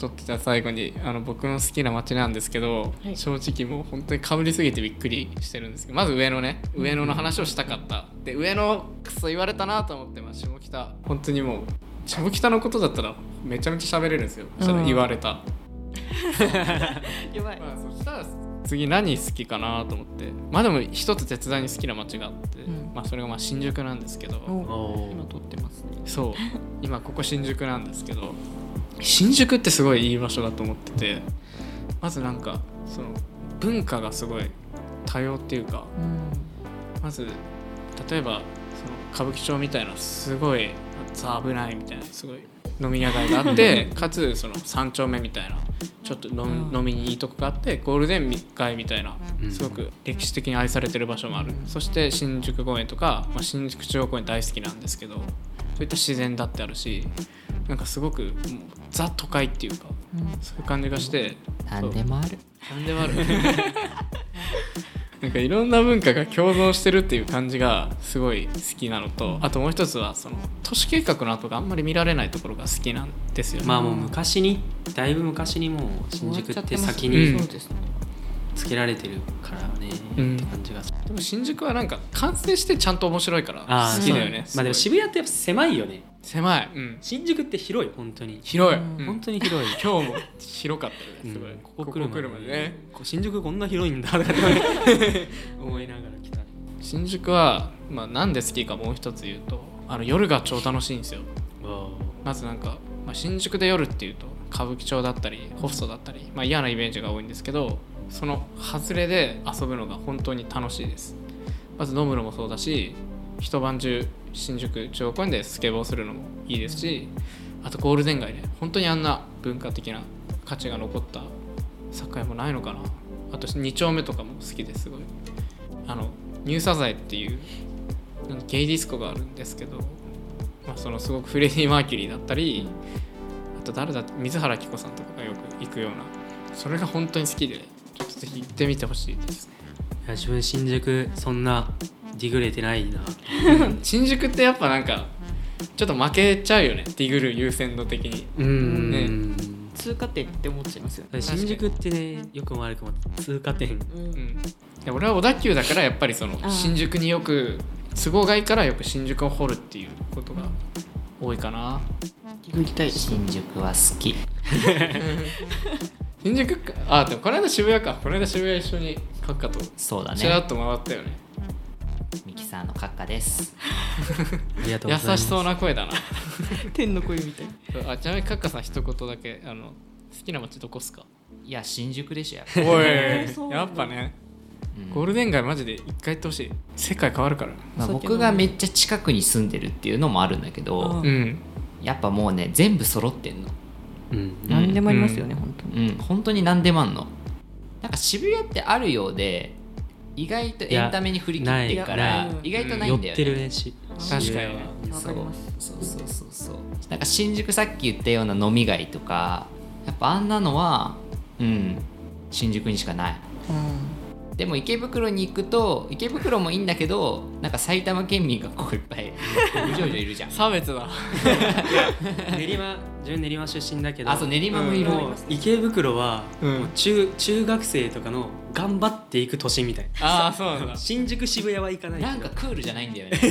撮ってた最後に僕の好きな街なんですけど、はい、正直もう本当に被りすぎてびっくりしてるんですけど、まず上野の話をしたかった。で上野クソ言われたなと思って、下北本当にもう下北のことだったらめちゃめちゃ喋れるんですよ、それ言われたやばい、 そしたら次何好きかなと思って、でも一つ絶大に好きな街があって、それが新宿なんですけど、 今撮ってますね。 そう今ここ新宿なんですけど、新宿ってすごいいい場所だと思ってて、まずなんかその文化がすごい多様っていうか、まず例えばその歌舞伎町みたいなすごい危ないみたいなすごい飲み屋街があってかつその3丁目みたいなちょっと飲みにいいとこがあって、ゴールデン街みたいなすごく歴史的に愛されてる場所もある。そして新宿公園とか、新宿中央公園大好きなんですけど、そういった自然だってあるし、なんかすごくもうザ都会っていうか、そういう感じがして、 何でもあるなんかいろんな文化が共存してるっていう感じがすごい好きなのと、あともう一つはその都市計画の後があんまり見られないところが好きなんですよね。 もうだいぶ昔にもう新宿って先につけられてるからね、って感じが。 でも新宿はなんか完成してちゃんと面白いから好きだよね。 でも渋谷ってやっぱ狭いよね。 狭い、 新宿って広い、本当に広い、 本当に広い。 今日も広かったね、すごい、 ここ来るまでね、 新宿こんな広いんだとか思いながら来た。 新宿は、なんで好きかもう一つ言うと、夜が超楽しいんですよ。まずなんか、新宿で夜っていうと歌舞伎町だったりホストだったり、嫌なイメージが多いんですけど、その外れで遊ぶのが本当に楽しいです。まず飲むのもそうだし、一晩中新宿中央公園でスケボーするのもいいですし、あとゴールデン街ね、本当にあんな文化的な価値が残った栄もないのかな。あと2丁目とかも好きです。すごいニューサザエっていうゲイディスコがあるんですけど、そのすごくフレディ・マーキュリーだったり、あと誰だって水原希子さんとかがよく行くような、それが本当に好きで、ちょっとぜひ行ってみてほしいですね。 いや自分新宿そんなディグれてないな新宿ってやっぱなんかちょっと負けちゃうよね、ディグる優先度的に。 通過点って思っちゃいますよね。 新宿ってね、よくも悪くも通過点。 俺は小田急だからやっぱりその新宿によく都合がいいからよく新宿を掘るっていうことが多いかな。 行きたい。 新宿は好き新宿か。でもこの間渋谷か。この間渋谷一緒にカッカとそうだね、 ちらっと回ったよね。 ミキさんのカッカです。 ありがとうございます。 優しそうな声だな天の声みたい。 ちなみにカッカさん一言だけ好きな街どこっすか？ いや新宿でしょおいやっぱね、ゴールデン街マジで一回行ってほしい。世界変わるから。 僕がめっちゃ近くに住んでるっていうのもあるんだけど、やっぱもうね全部揃ってんの。 何でもありますよね、本当に。 本当に何でもあんの。なんか渋谷ってあるようで意外とエンタメに振り切ってるから意外とないんだよね。 寄ってるね確かにね。 そうなんか新宿さっき言ったような飲み街とかやっぱあんなのは新宿にしかない。でも池袋に行くと池袋もいいんだけど、なんか埼玉県民がこういっぱいうじょうじょいるじゃん。 差別だ自分練馬出身だけど、 そう練馬もいる。 池袋はもう中学生とかの頑張っていく年みたいな。 そうなんだ新宿渋谷は行かないけどなんかクールじゃないんだよね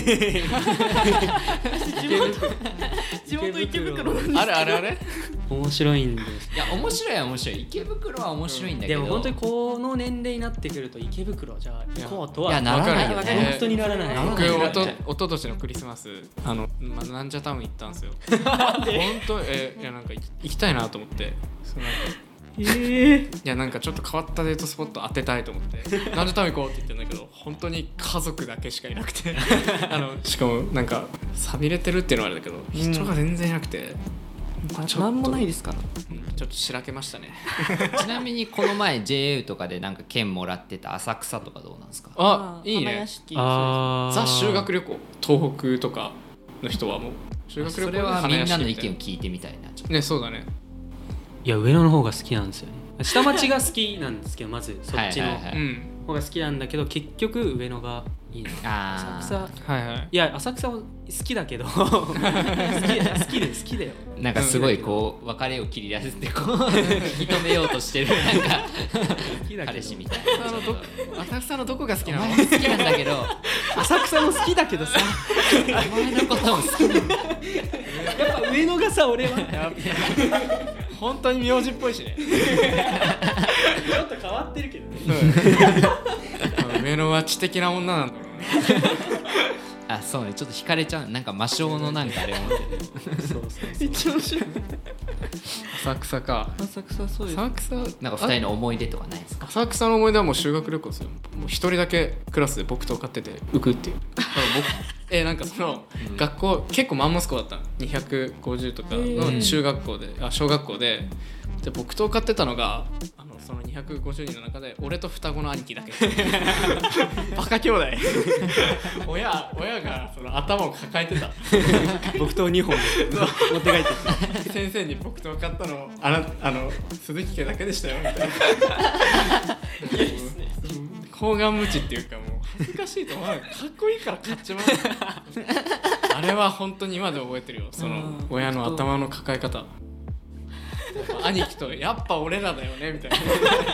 地元池袋あれ面白いんです。 いや面白い池袋は面白いんだけど、 でも本当にこの年齢になってくると池袋じゃあ行こうとはならないよね。 本当にならない。 僕おととしのクリスマスなんじゃタウン行ったんですよ本当いやなんか行きたいなと思って、いやなんかちょっと変わったデートスポット当てたいと思ってなんじゃタウン行こうって言ってんだけど、本当に家族だけしかいなくてしかもなんか寂れてるっていうのはあれだけど、人が全然いなくてなんもないですから。 ちょっとしらけましたねちなみにこの前 JA とかでなんか券もらってた浅草とかどうなんですか？ いいね。 ザ修学旅行、東北とかの人はもう修学旅行それはみんなの意見を聞いてみたいなね。そうだね。 いや上野の方が好きなんですよね。下町が好きなんですけどまずそっちの、 方が好きなんだけど結局上野がいいの。 あ浅草、 はいはい。 いや浅草も好きだけど好きだよ。 なんかすごいこう別れを切り出してこう引き止めようとしてるなんか好きだけど彼氏みたい浅草のどこが好きな。 なの？ お前好きなんだけど浅草も好きだけどさお前のことも好きなんだ。 やっぱ上野がさ俺は本当に名字っぽいしね。 ちょっと変わってるけどね。 上野は知的な女なんだろうね。 あ、そうね、ちょっと惹かれちゃう。なんか魔性のなんかあれを持ってる。 そうめっちゃ面白い。 浅草か。 浅草そうです。 浅草なんか2人の思い出とかないですか？ 浅草の思い出はもう修学旅行ですよ。もう一人だけクラスで木刀買ってて浮くっていう。なんかその学校結構マンモス校だったの。250とかの中学校で、小学校で木刀買ってたのがその250人の中で俺と双子の兄貴だけ。バカ兄弟。親がその頭を抱えてた。 木刀2本持って帰って先生に木刀買ったの鈴木家だけでしたよみたいな。厚顔無知っていうかもう恥ずかしいと思う。かっこいいから買っちまう。あれは本当に今で覚えてるよ。その親の頭の抱え方。兄貴とやっぱ俺らだよねみたいな。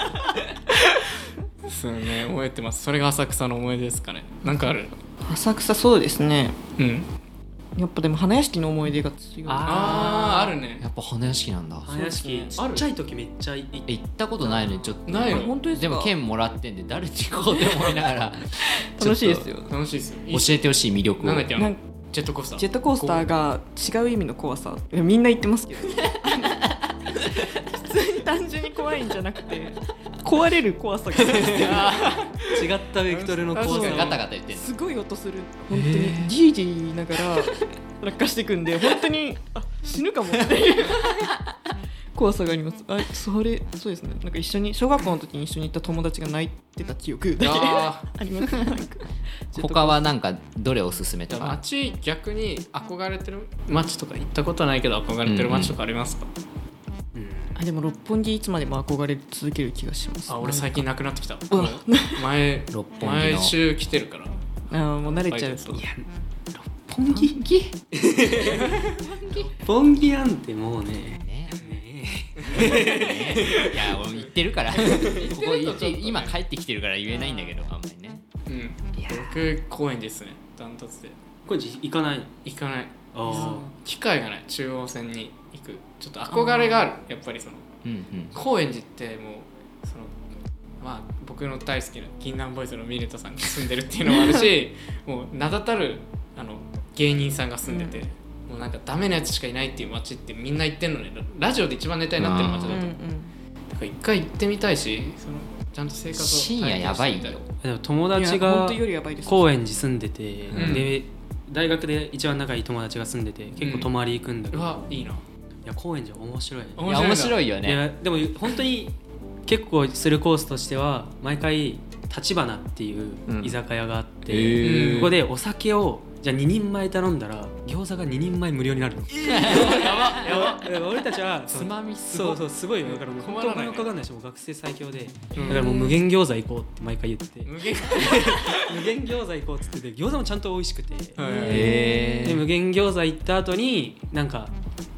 そうね、覚えてます。それが浅草の思い出ですかね。なんかある？ 浅草そうですね。 うん。 やっぱでも花屋敷の思い出が強い。 あるね。 やっぱ花屋敷なんだ。 花屋敷ちっちゃい時めっちゃ行ったことないのにちょっと。 ないの？ 本当ですか？ でも券もらってんで誰に行こうって思いながら楽しいですよ。 楽しいですよ。 教えてほしい魅力を。 なんだっけジェットコースター。 ジェットコースターが違う意味の怖さ。みんな言ってますけど。普通に単純に怖いんじゃなくて壊れる怖さが違ったベクトルの怖さガタガタ言ってんの。 すごい音する。本当にジージー言いながら落下していくんで本当に死ぬかもっていう怖さがあります。そうですね。なんか一緒に小学校の時に一緒に行った友達が泣いてた記憶だけあります。 他はなんかどれおすすめとか？ 街逆に憧れてる街とか行ったことないけど憧れてる街とかありますか？ でも六本木いつまでも憧れ続ける気がします。 俺最近なくなってきた。 毎週来てるから。 もう慣れちゃうと。 いや六本木六本木なんてもうね。 いや俺言ってるからここ今帰ってきてるから言えないんだけどあんまりね。 僕高円ですね。ダントツで。 高円寺行かない？ 行かない。機会がない。中央線に行くちょっと憧れがある。やっぱりその高円寺ってもうその僕の大好きな銀杏ボーイズのミネタさんが住んでるっていうのもあるしもう名だたる芸人さんが住んでて、もうなんかダメなやつしかいないっていう街ってみんな言ってんのね。ラジオで一番ネタになってる街だと。だから一回行ってみたいし、そのちゃんと生活を深夜やばいよ。 でも友達が高円寺住んでて、で大学で一番仲いい友達が住んでて結構泊まり行くんだけど、 いいな。 いや高円寺面白い。 面白いよね。 いやでも本当に結構するコースとしては毎回立花っていう居酒屋があって、ここでお酒をじゃあ2人前頼んだら餃子が2人前無料になるの。やばだから俺たちはつまみそうすごいよ。だからもう困らない。 お金かかんないしもう学生最強で、だからもう無限餃子行こうって毎回言ってて、無限餃子行こうって言ってて、餃子もちゃんと美味しくて、で無限餃子行った後になんか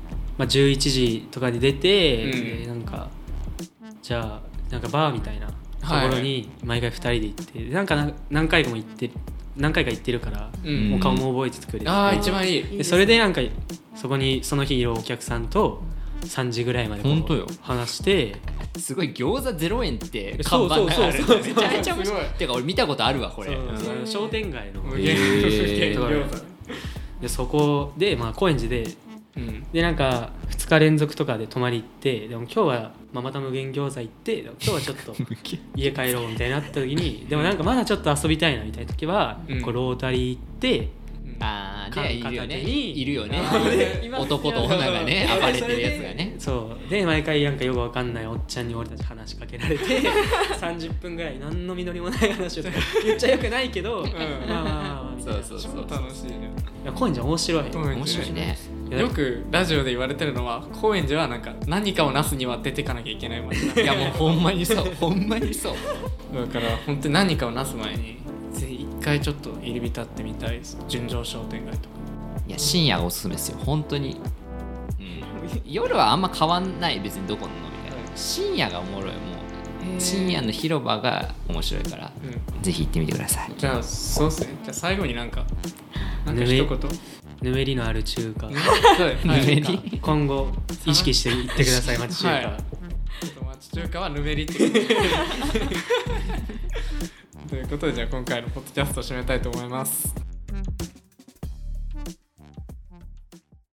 11時とかに出て、なんかじゃあなんかバーみたいなところに毎回2人で行って、なんか何回か行ってるから、もう顔も覚えててくれて、 一番いい。 でそれでなんかそこにその日いるお客さんと3時ぐらいまで話して、 すごい餃子0円って看板がある。めちゃめちゃ面白い。てか俺見たことあるわこれ。 商店街の餃子でそこで高円寺ででなんか2日連続とかで泊まり行って、でも今日はまた無限餃子行って、今日はちょっと家帰ろうみたいになった時にでもなんかまだちょっと遊びたいなみたいな時は、こうロータリー行って、 でいるよね。いるよね。男と女がね暴れてるやつがね。 そうで毎回なんかよくわかんないおっちゃんに俺たち話しかけられて30分ぐらい何の実りもない話を言っちゃよくないけど、 そう楽しいね。 高円寺面白い。 面白いね。 よくラジオで言われてるのは高円寺はなんか何かをなすには出てかなきゃいけない街だ。 いやもうほんまにそうほんまにそうだから本当に何かをなす前にぜひ一回ちょっと入り浸ってみたいです。純情商店街とか。 いや深夜がおすすめですよ本当に、夜はあんま変わんない別にどこの飲み会、深夜がおもろい。もう深夜の広場が面白いから、ぜひ行ってみてください。 じゃあそうっすね。じゃあ最後になんか一言ぬめりのある中華ぬめり今後意識していってください。町中華、 はい、町中華はぬめりってことでということでじゃあ今回のポッドキャストを締めたいと思います。